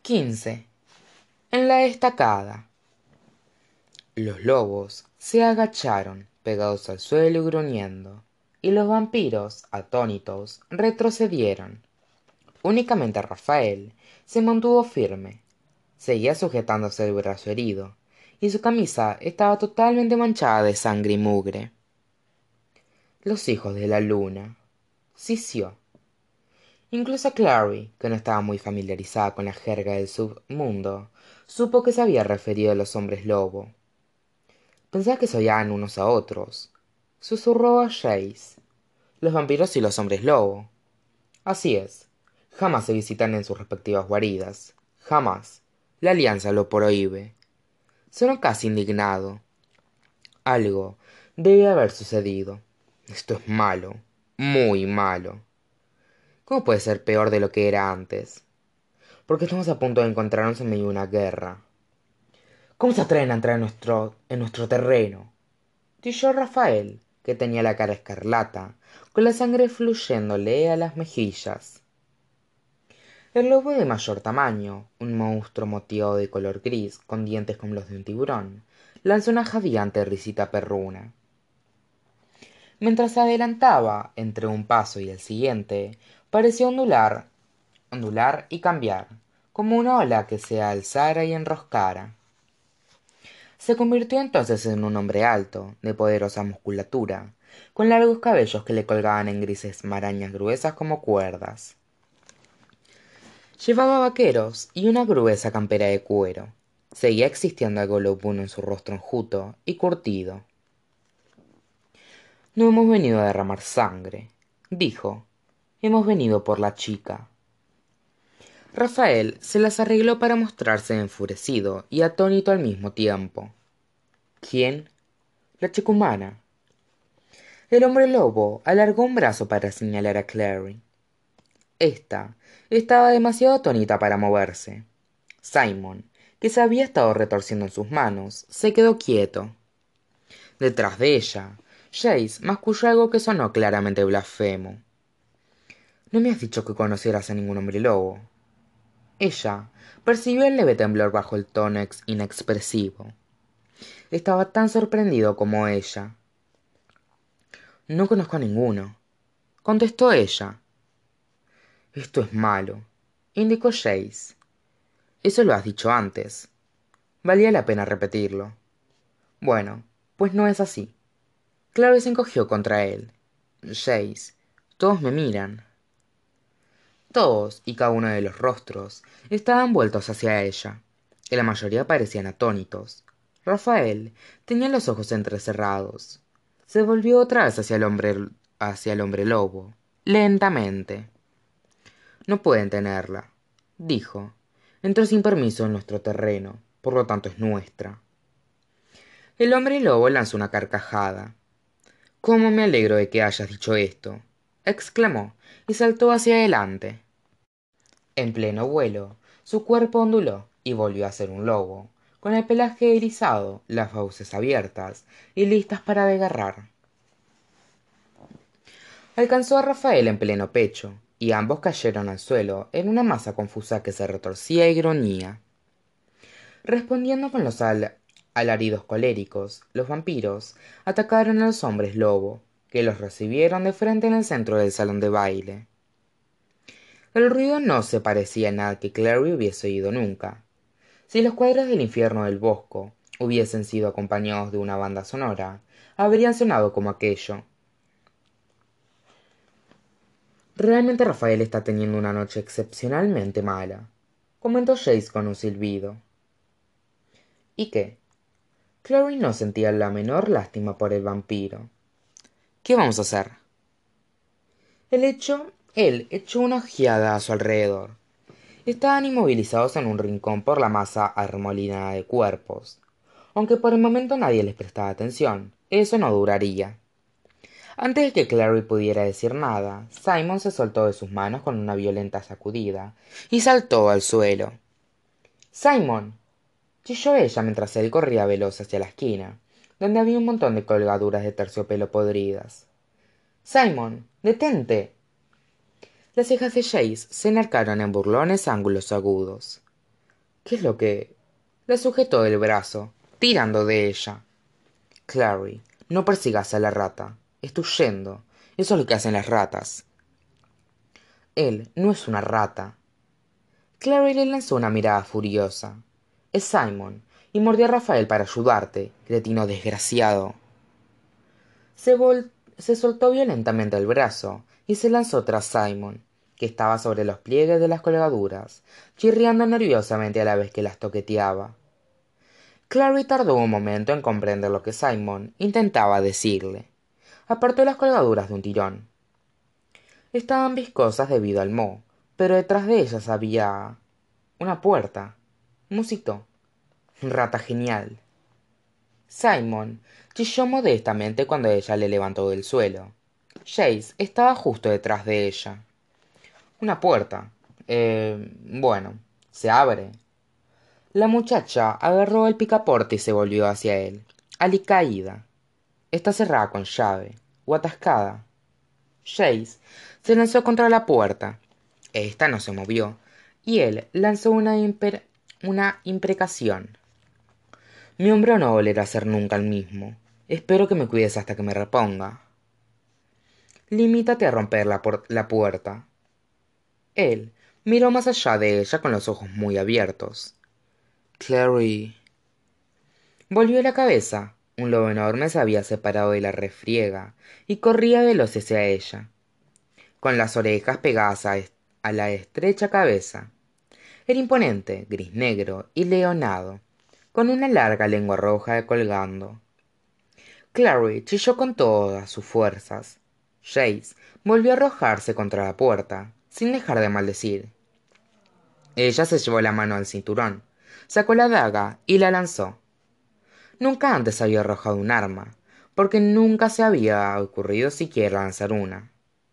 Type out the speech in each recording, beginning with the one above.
15. En la estacada. Los lobos se agacharon, pegados al suelo y gruñendo, y los vampiros, atónitos, retrocedieron. Únicamente Rafael se mantuvo firme. Seguía sujetándose el brazo herido, y su camisa estaba totalmente manchada de sangre y mugre. Los hijos de la luna. Sisió. Incluso Clary, que no estaba muy familiarizada con la jerga del submundo, supo que se había referido a los hombres lobo. Pensaba que se odiaban unos a otros. Susurró a Jace. Los vampiros y los hombres lobo. Así es. Jamás se visitan en sus respectivas guaridas. Jamás. La alianza lo prohíbe. Sonó casi indignado. Algo debe haber sucedido. Esto es malo. Muy malo. ¿Cómo puede ser peor de lo que era antes? Porque estamos a punto de encontrarnos en medio de una guerra. ¿Cómo se atreven a entrar en nuestro terreno? Chilló Rafael, que tenía la cara escarlata, con la sangre fluyéndole a las mejillas. El lobo de mayor tamaño, un monstruo moteado de color gris, con dientes como los de un tiburón, lanzó una jadeante risita perruna. Mientras se adelantaba entre un paso y el siguiente, pareció ondular y cambiar, como una ola que se alzara y enroscara. Se convirtió entonces en un hombre alto, de poderosa musculatura, con largos cabellos que le colgaban en grises marañas gruesas como cuerdas. Llevaba vaqueros y una gruesa campera de cuero. Seguía existiendo algo lobuno en su rostro enjuto y curtido. No hemos venido a derramar sangre, dijo. Hemos venido por la chica. Rafael se las arregló para mostrarse enfurecido y atónito al mismo tiempo. ¿Quién? La chica humana. El hombre lobo alargó un brazo para señalar a Clary. Ésta estaba demasiado atónita para moverse. Simon, que se había estado retorciendo en sus manos, se quedó quieto. Detrás de ella, Jace masculló algo que sonó claramente blasfemo. No me has dicho que conocieras a ningún hombre lobo. Ella percibió el leve temblor bajo el tono inexpresivo. Estaba tan sorprendido como ella. No conozco a ninguno, contestó ella. Esto es malo, indicó Jace. Eso lo has dicho antes. Valía la pena repetirlo. Bueno, pues no es así. Clary se encogió contra él. Jace, todos me miran. Todos y cada uno de los rostros estaban vueltos hacia ella, y la mayoría parecían atónitos. Rafael tenía los ojos entrecerrados. Se volvió otra vez hacia el hombre lobo, lentamente. No pueden tenerla, dijo. Entró sin permiso en nuestro terreno, por lo tanto es nuestra. El hombre lobo lanzó una carcajada. «¿Cómo me alegro de que hayas dicho esto?», exclamó, y saltó hacia adelante. En pleno vuelo, su cuerpo onduló y volvió a ser un lobo, con el pelaje erizado, las fauces abiertas y listas para desgarrar. Alcanzó a Rafael en pleno pecho, y ambos cayeron al suelo en una masa confusa que se retorcía y gruñía. Respondiendo con los alaridos coléricos, los vampiros atacaron a los hombres lobo, que los recibieron de frente en el centro del salón de baile. El ruido no se parecía a nada que Clary hubiese oído nunca. Si los cuadros del infierno del bosco hubiesen sido acompañados de una banda sonora, habrían sonado como aquello. Realmente Rafael está teniendo una noche excepcionalmente mala, comentó Jace con un silbido. ¿Y qué? Clary no sentía la menor lástima por el vampiro. ¿Qué vamos a hacer? Él echó una ojeada a su alrededor. Estaban inmovilizados en un rincón por la masa arremolinada de cuerpos. Aunque por el momento nadie les prestaba atención, eso no duraría. Antes de que Clary pudiera decir nada, Simon se soltó de sus manos con una violenta sacudida y saltó al suelo. «¡Simon!», chilló ella mientras él corría veloz hacia la esquina, donde había un montón de colgaduras de terciopelo podridas. «¡Simon! ¡Detente!». Las cejas de Jace se enarcaron en burlones ángulos agudos. ¿Qué es lo que...? La sujetó del brazo, tirando de ella. Clary, no persigas a la rata. Está huyendo. Eso es lo que hacen las ratas. Él no es una rata. Clary le lanzó una mirada furiosa. Es Simon, y mordió a Rafael para ayudarte, cretino desgraciado. Se soltó violentamente el brazo y se lanzó tras Simon, que estaba sobre los pliegues de las colgaduras, chirriando nerviosamente a la vez que las toqueteaba. Clary tardó un momento en comprender lo que Simon intentaba decirle. Apartó las colgaduras de un tirón. Estaban viscosas debido al moho, pero detrás de ellas había una puerta. Musitó. Rata genial. Simon chilló modestamente cuando ella le levantó del suelo. Jace estaba justo detrás de ella. Una puerta. Bueno, se abre. La muchacha agarró el picaporte y se volvió hacia él, alicaída. Está cerrada con llave, o atascada. Jace se lanzó contra la puerta. Esta no se movió, y él lanzó una imprecación. Mi hombro no volverá a ser nunca el mismo. Espero que me cuides hasta que me reponga. Limítate a romper la puerta. Él miró más allá de ella con los ojos muy abiertos. Clary. Volvió la cabeza. Un lobo enorme se había separado de la refriega y corría veloz hacia ella, con las orejas pegadas a la estrecha cabeza. Era imponente, gris-negro y leonado, con una larga lengua roja colgando. Clary chilló con todas sus fuerzas. Jace volvió a arrojarse contra la puerta, sin dejar de maldecir. Ella se llevó la mano al cinturón, sacó la daga y la lanzó. Nunca antes había arrojado un arma, porque nunca se había ocurrido siquiera lanzar una.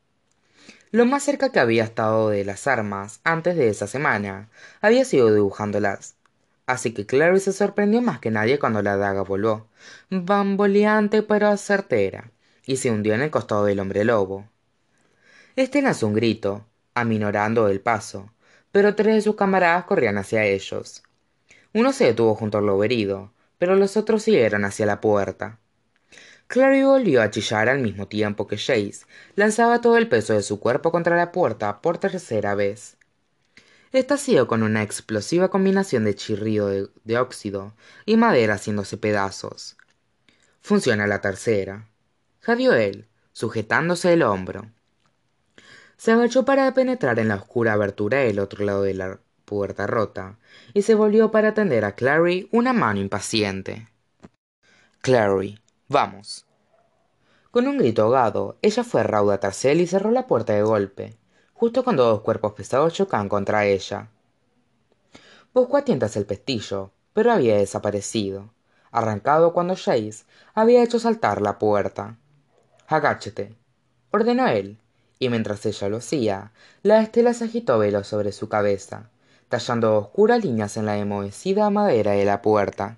Lo más cerca que había estado de las armas antes de esa semana había sido dibujándolas, así que Clary se sorprendió más que nadie cuando la daga voló, bamboleante pero certera, y se hundió en el costado del hombre lobo. Este lanzó un grito, aminorando el paso, pero tres de sus camaradas corrían hacia ellos. Uno se detuvo junto al lobo herido, pero los otros siguieron hacia la puerta. Clary volvió a chillar al mismo tiempo que Jace lanzaba todo el peso de su cuerpo contra la puerta por tercera vez. Esta ha sido con una explosiva combinación de chirrido de óxido y madera haciéndose pedazos. Funciona la tercera. Jadeó él, sujetándose el hombro. Se agachó para penetrar en la oscura abertura del otro lado de la puerta rota, y se volvió para tender a Clary una mano impaciente. Clary, vamos. Con un grito ahogado, ella fue rauda tras él y cerró la puerta de golpe, justo cuando dos cuerpos pesados chocaban contra ella. Buscó a tientas el pestillo, pero había desaparecido, arrancado cuando Jace había hecho saltar la puerta. Agáchate, ordenó él, y mientras ella lo hacía, la estela se agitó veloz sobre su cabeza, tallando oscuras líneas en la enmohecida madera de la puerta.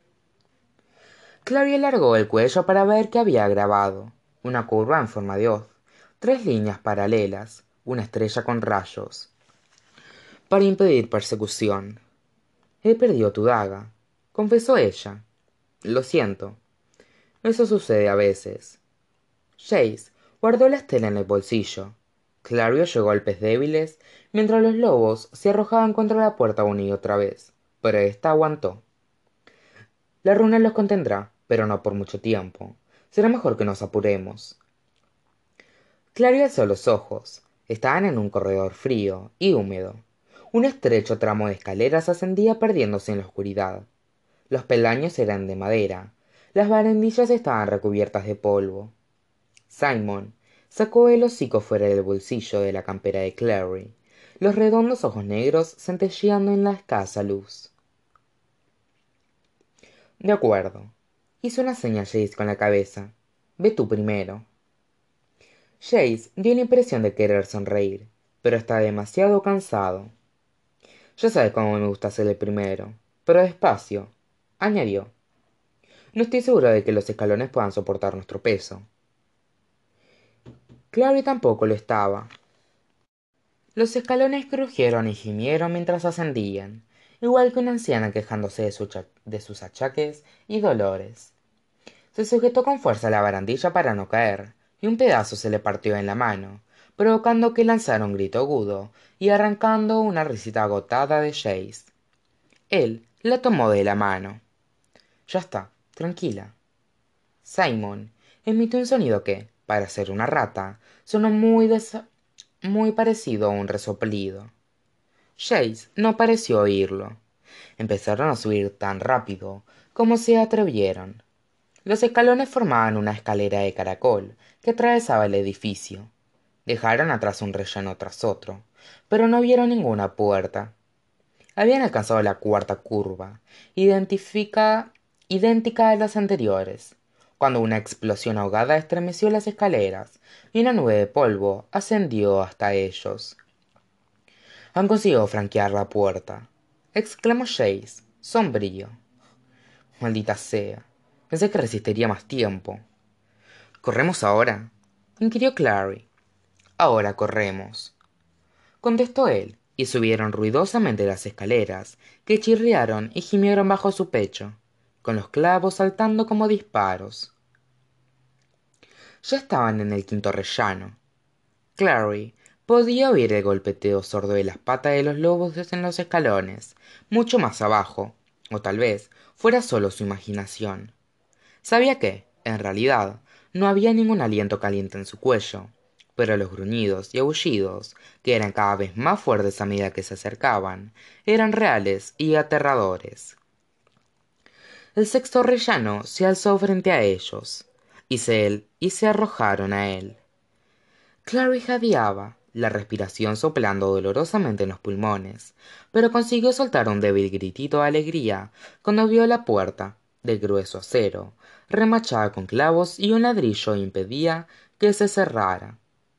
Clary alargó el cuello para ver qué había grabado. Una curva en forma de hoz, tres líneas paralelas, una estrella con rayos. Para impedir persecución. He perdido tu daga, confesó ella. Lo siento. Eso sucede a veces. Jace guardó la estela en el bolsillo. Clary oyó golpes débiles mientras los lobos se arrojaban contra la puerta una y otra vez, pero ésta aguantó. La runa los contendrá, pero no por mucho tiempo. Será mejor que nos apuremos. Clary alzó los ojos. Estaban en un corredor frío y húmedo. Un estrecho tramo de escaleras ascendía perdiéndose en la oscuridad. Los peldaños eran de madera. Las barandillas estaban recubiertas de polvo. Simon sacó el hocico fuera del bolsillo de la campera de Clary, los redondos ojos negros centelleando en la escasa luz. De acuerdo. Hizo una seña Jace con la cabeza. Ve tú primero. Jace dio la impresión de querer sonreír, pero estaba demasiado cansado. Ya sabes cómo me gusta ser el primero, pero despacio, añadió. No estoy seguro de que los escalones puedan soportar nuestro peso. Clary tampoco lo estaba. Los escalones crujieron y gimieron mientras ascendían, igual que una anciana quejándose de sus achaques y dolores. Se sujetó con fuerza a la barandilla para no caer, y un pedazo se le partió en la mano, provocando que lanzara un grito agudo y arrancando una risita agotada de Jace. Él la tomó de la mano. Ya está, tranquila. Simon emitió un sonido que, para ser una rata, sonó muy parecido a un resoplido. Jace no pareció oírlo. Empezaron a subir tan rápido como se atrevieron. Los escalones formaban una escalera de caracol que atravesaba el edificio. Dejaron atrás un rellano tras otro, pero no vieron ninguna puerta. Habían alcanzado la cuarta curva, idéntica a las anteriores, cuando una explosión ahogada estremeció las escaleras y una nube de polvo ascendió hasta ellos. Han conseguido franquear la puerta, exclamó Jace, sombrío. Maldita sea, pensé que resistiría más tiempo. ¿Corremos ahora?, inquirió Clary. Ahora corremos, contestó él, y subieron ruidosamente las escaleras, que chirriaron y gimieron bajo su pecho, con los clavos saltando como disparos. Ya estaban en el quinto rellano. Clary podía oír el golpeteo sordo de las patas de los lobos en los escalones, mucho más abajo, o tal vez fuera solo su imaginación. Sabía que, en realidad, no había ningún aliento caliente en su cuello, pero los gruñidos y aullidos, que eran cada vez más fuertes a medida que se acercaban, eran reales y aterradores. El sexto rellano se alzó frente a ellos, y se arrojaron a él. Clary jadeaba, la respiración soplando dolorosamente en los pulmones, pero consiguió soltar un débil gritito de alegría cuando vio la puerta, de grueso acero, remachada con clavos y un ladrillo impedía que se cerrara.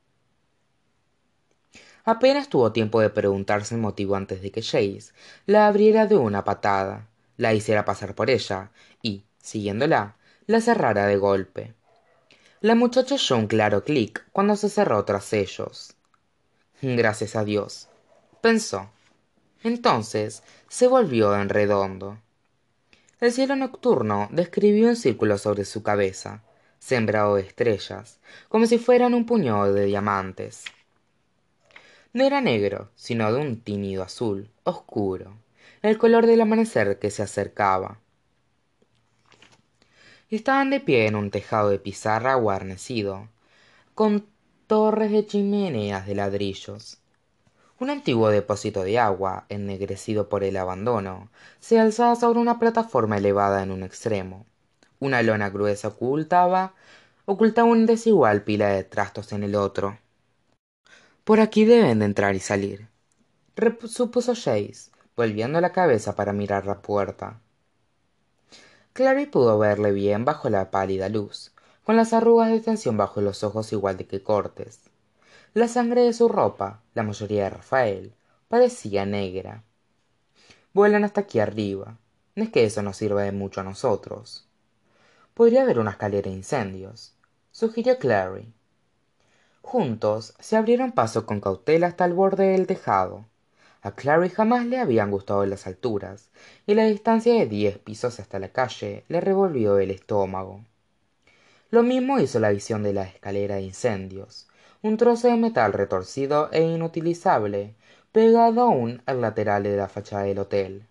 Apenas tuvo tiempo de preguntarse el motivo antes de que Jace la abriera de una patada, la hiciera pasar por ella y, siguiéndola, la cerrara de golpe. La muchacha oyó un claro clic cuando se cerró tras ellos. Gracias a Dios, pensó. Entonces se volvió en redondo. El cielo nocturno describió un círculo sobre su cabeza, sembrado de estrellas, como si fueran un puñado de diamantes. No era negro, sino de un tímido azul, oscuro, el color del amanecer que se acercaba. Estaban de pie en un tejado de pizarra guarnecido, con torres de chimeneas de ladrillos. Un antiguo depósito de agua, ennegrecido por el abandono, se alzaba sobre una plataforma elevada en un extremo. Una lona gruesa ocultaba una desigual pila de trastos en el otro. Por aquí deben de entrar y salir, supuso Jace, volviendo la cabeza para mirar la puerta. Clary pudo verle bien bajo la pálida luz, con las arrugas de tensión bajo los ojos igual de que cortes. La sangre de su ropa, la mayoría de Rafael, parecía negra. Vuelan hasta aquí arriba. No es que eso nos sirva de mucho a nosotros. Podría haber una escalera de incendios, sugirió Clary. Juntos se abrieron paso con cautela hasta el borde del tejado. A Clary jamás le habían gustado las alturas, y la distancia de 10 pisos hasta la calle le revolvió el estómago. Lo mismo hizo la visión de la escalera de incendios, un trozo de metal retorcido e inutilizable, pegado aún al lateral de la fachada del hotel.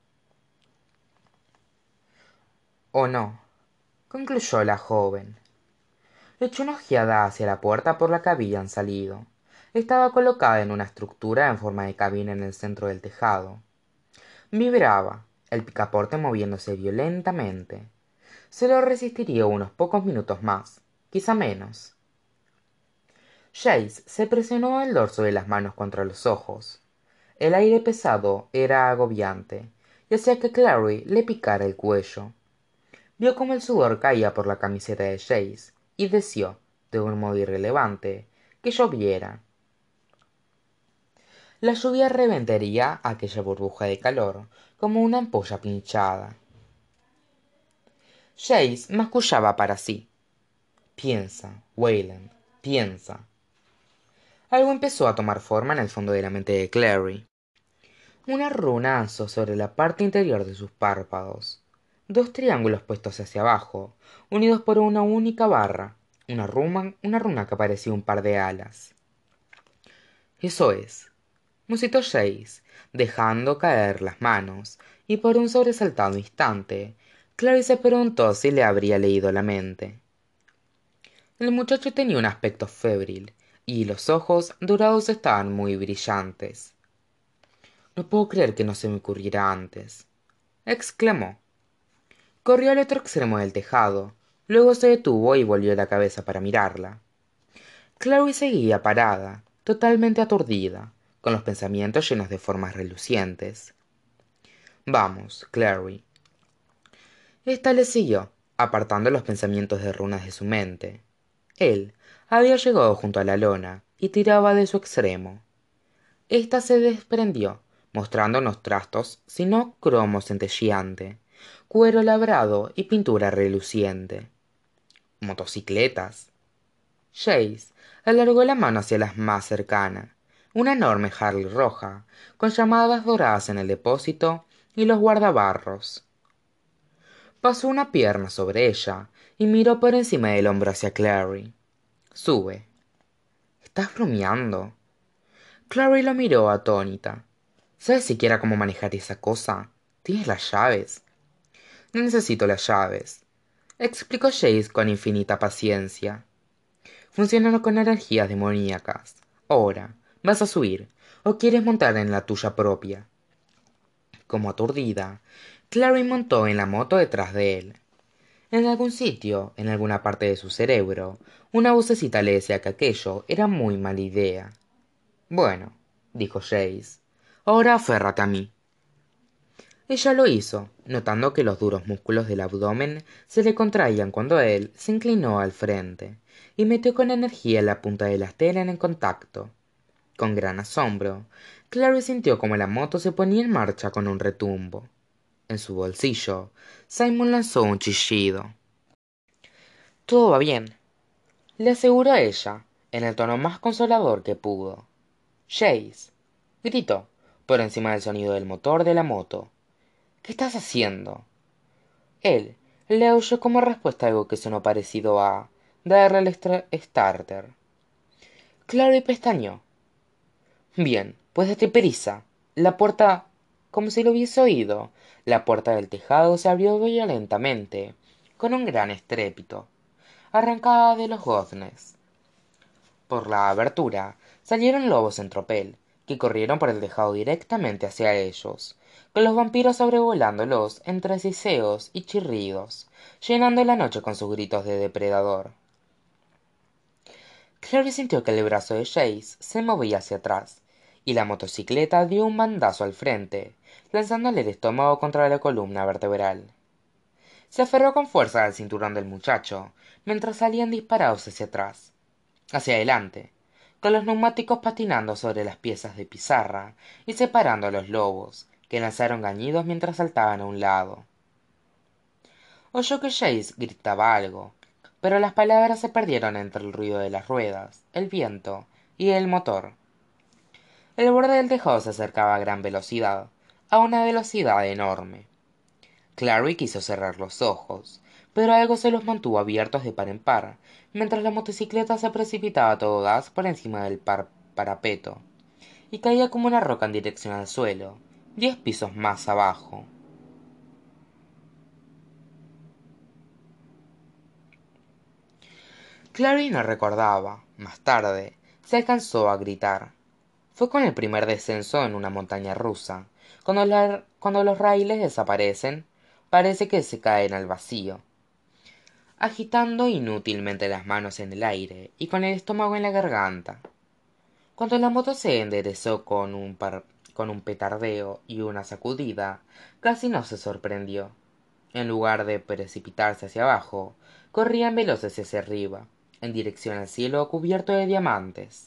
«Oh no», concluyó la joven. Echó una ojeada hacia la puerta por la que habían salido. Estaba colocada en una estructura en forma de cabina en el centro del tejado. Vibraba, el picaporte moviéndose violentamente. Solo resistiría unos pocos minutos más, quizá menos. Jace se presionó el dorso de las manos contra los ojos. El aire pesado era agobiante, y hacía que Clary le picara el cuello. Vio cómo el sudor caía por la camiseta de Jace, y deseó, de un modo irrelevante, que lloviera. La lluvia reventaría aquella burbuja de calor como una ampolla pinchada. Jace mascullaba para sí. Piensa, Wayland, piensa. Algo empezó a tomar forma en el fondo de la mente de Clary. Una runazo sobre la parte interior de sus párpados. Dos triángulos puestos hacia abajo, unidos por una única barra. Una runa que parecía un par de alas. Eso es, musitó Jace, dejando caer las manos, y por un sobresaltado instante, Clary se preguntó si le habría leído la mente. El muchacho tenía un aspecto febril, y los ojos dorados estaban muy brillantes. No puedo creer que no se me ocurriera antes, exclamó. Corrió al otro extremo del tejado, luego se detuvo y volvió la cabeza para mirarla. Clary seguía parada, totalmente aturdida, con los pensamientos llenos de formas relucientes. Vamos, Clary. Esta le siguió, apartando los pensamientos de runas de su mente. Él había llegado junto a la lona y tiraba de su extremo. Esta se desprendió, mostrando unos trastos, sino cromo centelleante, cuero labrado y pintura reluciente. Motocicletas. Jace alargó la mano hacia la más cercana, una enorme Harley roja, con llamadas doradas en el depósito y los guardabarros. Pasó una pierna sobre ella y miró por encima del hombro hacia Clary. Sube. ¿Estás bromeando? Clary lo miró atónita. ¿Sabes siquiera cómo manejar esa cosa? ¿Tienes las llaves? No necesito las llaves, explicó Jace con infinita paciencia. Funcionan con energías demoníacas. Ahora, ¿vas a subir o quieres montar en la tuya propia? Como aturdida, Clary montó en la moto detrás de él. En algún sitio, en alguna parte de su cerebro, una vocecita le decía que aquello era muy mala idea. Bueno, dijo Jace, ahora aférrate a mí. Ella lo hizo, notando que los duros músculos del abdomen se le contraían cuando él se inclinó al frente y metió con energía la punta de la tela en el contacto. Con gran asombro, Clary sintió como la moto se ponía en marcha con un retumbo. En su bolsillo, Simon lanzó un chillido. Todo va bien, le aseguró ella, en el tono más consolador que pudo. Jace, gritó, por encima del sonido del motor de la moto. ¿Qué estás haciendo? Él le aulló como respuesta a algo que sonó parecido a darle al starter. Clary pestañeó. Bien, pues date prisa. La puerta, como si lo hubiese oído, la puerta del tejado se abrió violentamente, con un gran estrépito, arrancada de los goznes. Por la abertura salieron lobos en tropel, que corrieron por el tejado directamente hacia ellos, con los vampiros sobrevolándolos entre siseos y chirridos, llenando la noche con sus gritos de depredador. Clary sintió que el brazo de Jace se movía hacia atrás, y la motocicleta dio un bandazo al frente, lanzándole el estómago contra la columna vertebral. Se aferró con fuerza al cinturón del muchacho, mientras salían disparados hacia atrás, hacia adelante, con los neumáticos patinando sobre las piezas de pizarra y separando a los lobos, que lanzaron gañidos mientras saltaban a un lado. Oyó que Jace gritaba algo, pero las palabras se perdieron entre el ruido de las ruedas, el viento y el motor. El borde del tejado se acercaba a gran velocidad, a una velocidad enorme. Clary quiso cerrar los ojos, pero algo se los mantuvo abiertos de par en par, mientras la motocicleta se precipitaba a todo gas por encima del parapeto, y caía como una roca en dirección al suelo, 10 pisos más abajo. Clary no recordaba, más tarde, se alcanzó a gritar. Fue con el primer descenso en una montaña rusa. Cuando los raíles desaparecen, parece que se caen al vacío, agitando inútilmente las manos en el aire y con el estómago en la garganta. Cuando la moto se enderezó con un petardeo y una sacudida, casi no se sorprendió. En lugar de precipitarse hacia abajo, corrían veloces hacia arriba, en dirección al cielo cubierto de diamantes.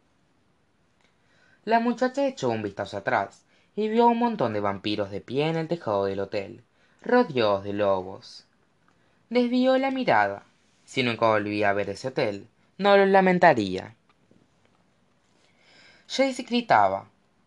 La muchacha echó un vistazo atrás y vio a un montón de vampiros de pie en el tejado del hotel, rodeados de lobos. Desvió la mirada. Si nunca volvía a ver ese hotel, no lo lamentaría. Jace gritaba.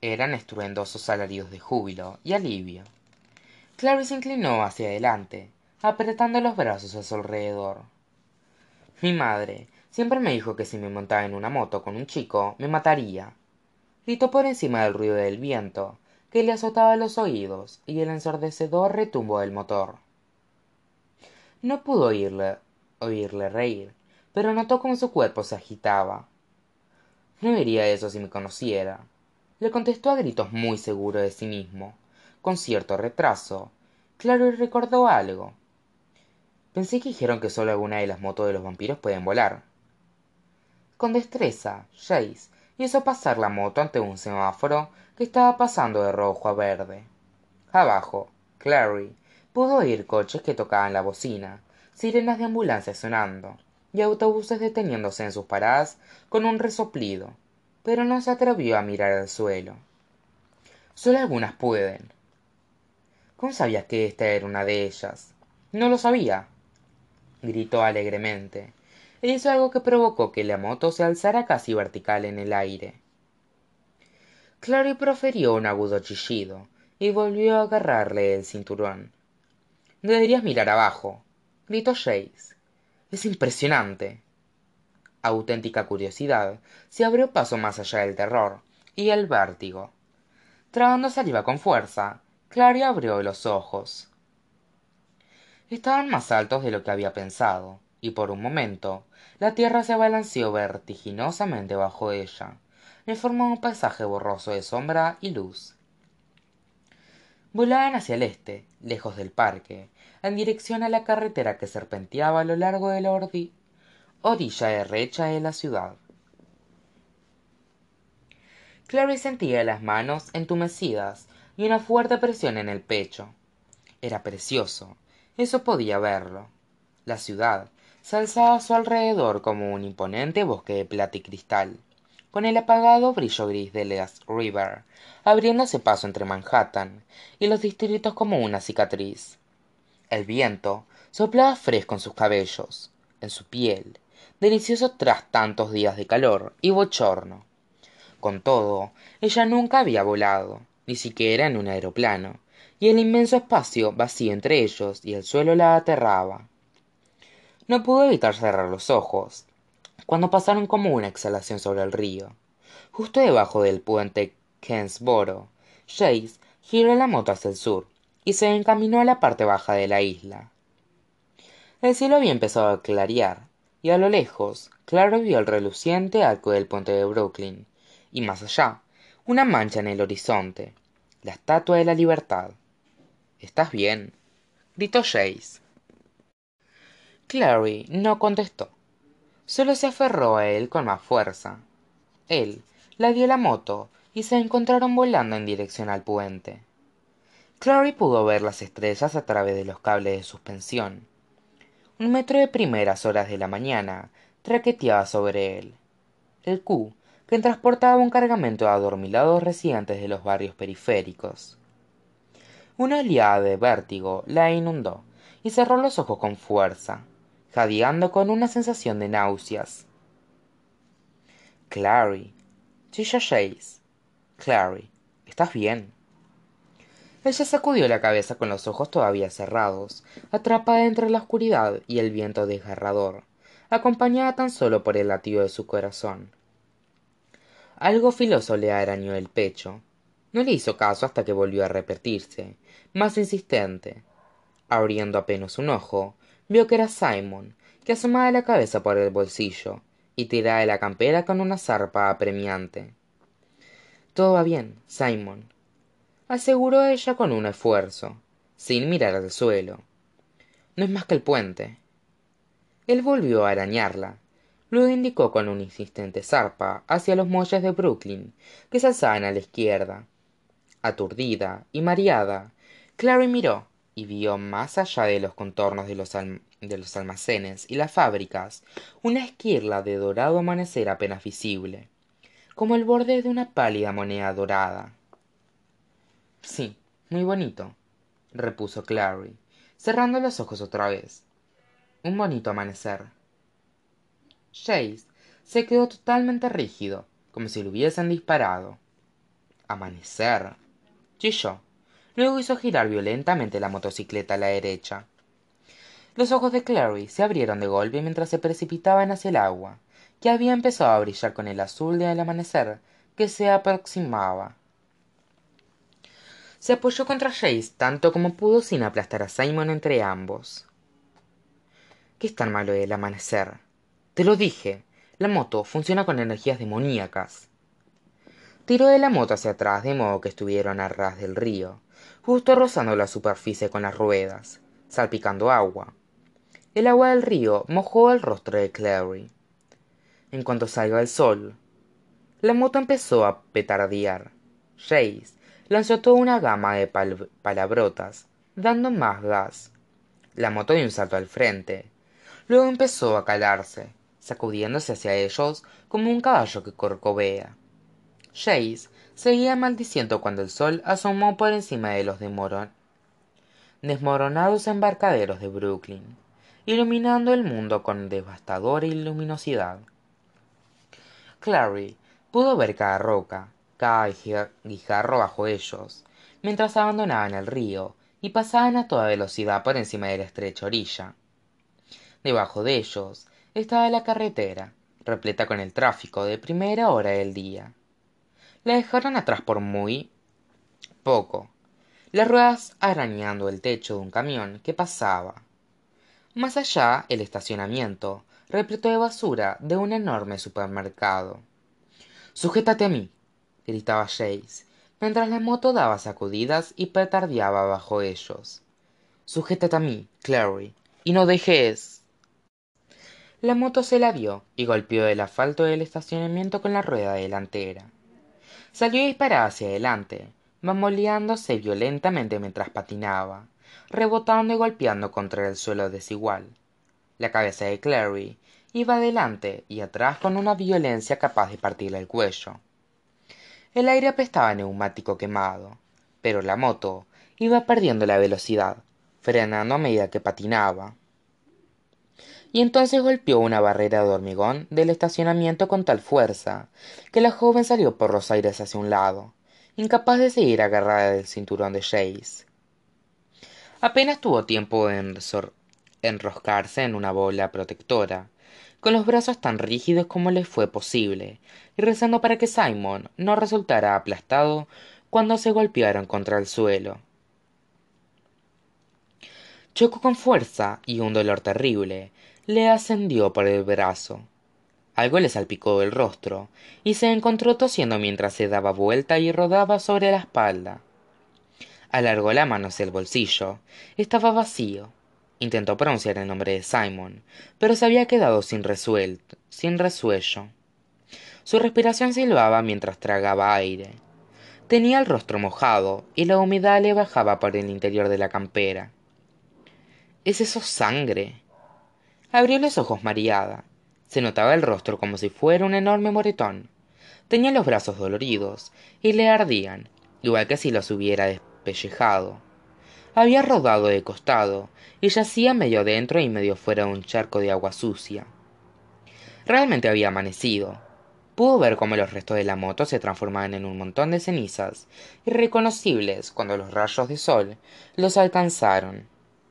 Eran estruendosos alaridos de júbilo y alivio. Clary se inclinó hacia adelante, apretando los brazos a su alrededor. Mi madre siempre me dijo que si me montaba en una moto con un chico, me mataría. Gritó por encima del ruido del viento, que le azotaba los oídos, y el ensordecedor retumbo del motor. No pudo oírle reír, pero notó cómo su cuerpo se agitaba. No diría eso si me conociera, le contestó a gritos, muy seguro de sí mismo. Con cierto retraso, Clary recordó algo. Pensé que dijeron que solo alguna de las motos de los vampiros pueden volar. Con destreza, Jace hizo pasar la moto ante un semáforo que estaba pasando de rojo a verde. Abajo, Clary pudo oír coches que tocaban la bocina, sirenas de ambulancia sonando, y autobuses deteniéndose en sus paradas con un resoplido, pero no se atrevió a mirar al suelo. Solo algunas pueden. ¿Cómo sabías que esta era una de ellas? No lo sabía, gritó alegremente, e hizo algo que provocó que la moto se alzara casi vertical en el aire. Clary profirió un agudo chillido y volvió a agarrarle el cinturón. Deberías mirar abajo, gritó Jace. Es impresionante. Auténtica curiosidad se abrió paso más allá del terror y el vértigo. Tragando saliva con fuerza, Clary abrió los ojos. Estaban más altos de lo que había pensado, y por un momento la tierra se balanceó vertiginosamente bajo ella, en forma de un paisaje borroso de sombra y luz. Volaban hacia el este, lejos del parque, en dirección a la carretera que serpenteaba a lo largo de la orilla derecha de la ciudad. Clary sentía las manos entumecidas y una fuerte presión en el pecho. Era precioso, eso podía verlo. La ciudad se alzaba a su alrededor como un imponente bosque de plata y cristal, con el apagado brillo gris de East River abriéndose paso entre Manhattan y los distritos como una cicatriz. El viento soplaba fresco en sus cabellos, en su piel, delicioso tras tantos días de calor y bochorno. Con todo, ella nunca había volado, ni siquiera en un aeroplano, y el inmenso espacio vacío entre ellos y el suelo la aterraba. No pudo evitar cerrar los ojos, cuando pasaron como una exhalación sobre el río. Justo debajo del puente Kensboro, Jace giró la moto hacia el sur, y se encaminó a la parte baja de la isla. El cielo había empezado a clarear, y a lo lejos, Clary vio el reluciente arco del puente de Brooklyn, y más allá, una mancha en el horizonte, la Estatua de la Libertad. ¿Estás bien?, gritó Jace. Clary no contestó, solo se aferró a él con más fuerza. Él la dio la moto y se encontraron volando en dirección al puente. Clary pudo ver las estrellas a través de los cables de suspensión. Un metro de primeras horas de la mañana traqueteaba sobre él. El Q, que transportaba un cargamento de adormilados residentes de los barrios periféricos. Una oleada de vértigo la inundó y cerró los ojos con fuerza, jadeando con una sensación de náuseas. Clary, chilló Jace. Clary, ¿estás bien? Ella sacudió la cabeza con los ojos todavía cerrados, atrapada entre la oscuridad y el viento desgarrador, acompañada tan solo por el latido de su corazón. Algo filoso le arañó el pecho. No le hizo caso hasta que volvió a repetirse, más insistente. Abriendo apenas un ojo, vio que era Simon, que asomaba la cabeza por el bolsillo, y tiraba de la campera con una zarpa apremiante. Todo va bien, Simon, aseguró ella con un esfuerzo, sin mirar al suelo. No es más que el puente. Él volvió a arañarla. Luego indicó con una insistente zarpa hacia los muelles de Brooklyn, que se alzaban a la izquierda. Aturdida y mareada, Clary miró y vio más allá de los contornos de los almacenes y las fábricas una esquirla de dorado amanecer apenas visible, como el borde de una pálida moneda dorada. Sí, muy bonito, repuso Clary, cerrando los ojos otra vez. Un bonito amanecer. Jace se quedó totalmente rígido, como si le hubiesen disparado. Amanecer, chilló. Luego hizo girar violentamente la motocicleta a la derecha. Los ojos de Clary se abrieron de golpe mientras se precipitaban hacia el agua, que había empezado a brillar con el azul del amanecer que se aproximaba. Se apoyó contra Jace tanto como pudo sin aplastar a Simon entre ambos. ¿Qué es tan malo del amanecer? Te lo dije, la moto funciona con energías demoníacas. Tiró de la moto hacia atrás de modo que estuvieron a ras del río, justo rozando la superficie con las ruedas, salpicando agua. El agua del río mojó el rostro de Clary. En cuanto salga el sol. La moto empezó a petardear. Jace lanzó toda una gama de palabrotas, dando más gas. La moto dio un salto al frente. Luego empezó a calarse, sacudiéndose hacia ellos como un caballo que corcovea. Jace seguía maldiciendo cuando el sol asomó por encima de los desmoronados embarcaderos de Brooklyn, iluminando el mundo con devastadora luminosidad. Clary pudo ver cada roca, cada guijarro bajo ellos, mientras abandonaban el río y pasaban a toda velocidad por encima de la estrecha orilla. Debajo de ellos estaba la carretera, repleta con el tráfico de primera hora del día. La dejaron atrás por muy poco, las ruedas arañando el techo de un camión que pasaba. Más allá, el estacionamiento, repleto de basura de un enorme supermercado. «Sujétate a mí», gritaba Jace, mientras la moto daba sacudidas y petardeaba bajo ellos. «Sujétate a mí, Clary, y no dejes». La moto se la dio y golpeó el asfalto del estacionamiento con la rueda delantera. Salió disparada hacia adelante, bamboleándose violentamente mientras patinaba, rebotando y golpeando contra el suelo desigual. La cabeza de Clary iba adelante y atrás con una violencia capaz de partirle el cuello. El aire apestaba a neumático quemado, pero la moto iba perdiendo la velocidad, frenando a medida que patinaba. Y entonces golpeó una barrera de hormigón del estacionamiento con tal fuerza que la joven salió por los aires hacia un lado, incapaz de seguir agarrada del cinturón de Jace. Apenas tuvo tiempo de enroscarse en una bola protectora, con los brazos tan rígidos como le fue posible, y rezando para que Simon no resultara aplastado cuando se golpearon contra el suelo. Chocó con fuerza y un dolor terrible le ascendió por el brazo. Algo le salpicó el rostro, y se encontró tosiendo mientras se daba vuelta y rodaba sobre la espalda. Alargó la mano hacia el bolsillo. Estaba vacío. Intentó pronunciar el nombre de Simon, pero se había quedado sin resuello. Su respiración silbaba mientras tragaba aire. Tenía el rostro mojado, y la humedad le bajaba por el interior de la campera. ¿Es eso sangre? Abrió los ojos mareada. Se notaba el rostro como si fuera un enorme moretón. Tenía los brazos doloridos, y le ardían, igual que si los hubiera despellejado. Había rodado de costado, y yacía medio dentro y medio fuera de un charco de agua sucia. Realmente había amanecido. Pudo ver cómo los restos de la moto se transformaban en un montón de cenizas, irreconocibles cuando los rayos de sol los alcanzaron.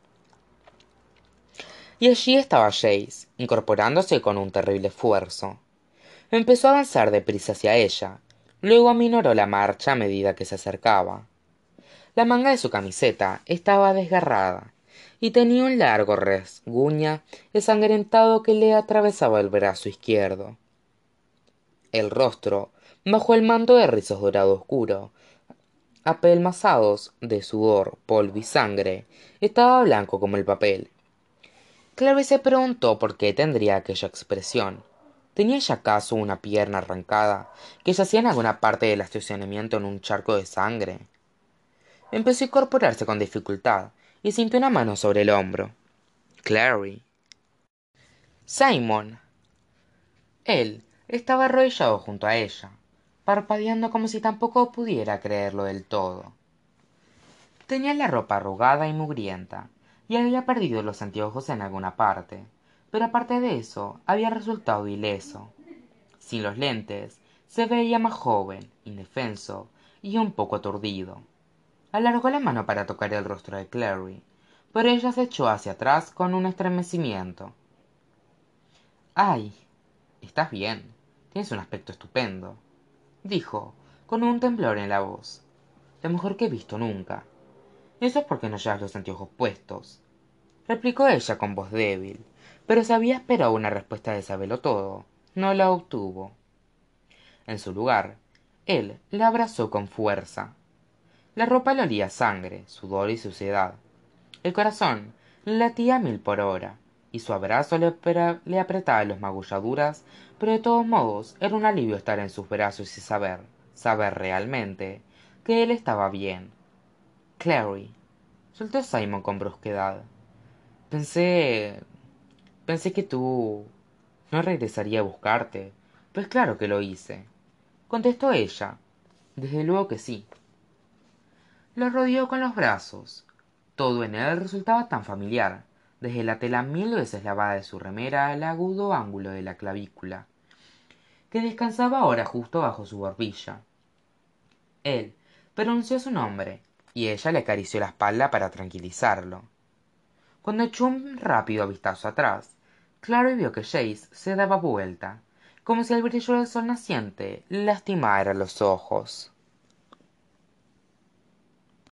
Y allí estaba Jace, incorporándose con un terrible esfuerzo. Empezó a avanzar deprisa hacia ella, luego aminoró la marcha a medida que se acercaba. La manga de su camiseta estaba desgarrada, y tenía un largo rasguña ensangrentado que le atravesaba el brazo izquierdo. El rostro, bajo el manto de rizos dorado oscuro, apelmazados de sudor, polvo y sangre, estaba blanco como el papel. Clary se preguntó por qué tendría aquella expresión. ¿Tenía ella acaso una pierna arrancada que yacía en alguna parte del estacionamiento en un charco de sangre? Empezó a incorporarse con dificultad y sintió una mano sobre el hombro. Clary. Simon. Él estaba arrodillado junto a ella, parpadeando como si tampoco pudiera creerlo del todo. Tenía la ropa arrugada y mugrienta, y había perdido los anteojos en alguna parte, pero aparte de eso, había resultado ileso. Sin los lentes, se veía más joven, indefenso, y un poco aturdido. Alargó la mano para tocar el rostro de Clary, pero ella se echó hacia atrás con un estremecimiento. «¡Ay! Estás bien. Tienes un aspecto estupendo», dijo, con un temblor en la voz. «Lo mejor que he visto nunca». «Eso es porque no llevas los anteojos puestos», replicó ella con voz débil, pero si había esperado una respuesta de sabelotodo, no la obtuvo. En su lugar, él la abrazó con fuerza. La ropa le olía a sangre, sudor y suciedad. El corazón le latía a 1000 por hora, y su abrazo le apretaba las magulladuras, pero de todos modos era un alivio estar en sus brazos y saber realmente, que él estaba bien. «Clary», soltó Simon con brusquedad. Pensé que tú no regresaría a buscarte. Pues claro que lo hice», contestó ella. «Desde luego que sí». Lo rodeó con los brazos. Todo en él resultaba tan familiar, desde la tela 1000 veces lavada de su remera al agudo ángulo de la clavícula, que descansaba ahora justo bajo su barbilla. Él pronunció su nombre, y ella le acarició la espalda para tranquilizarlo. Cuando echó un rápido vistazo atrás, Clary vio que Jace se daba vuelta, como si el brillo del sol naciente le lastimara los ojos.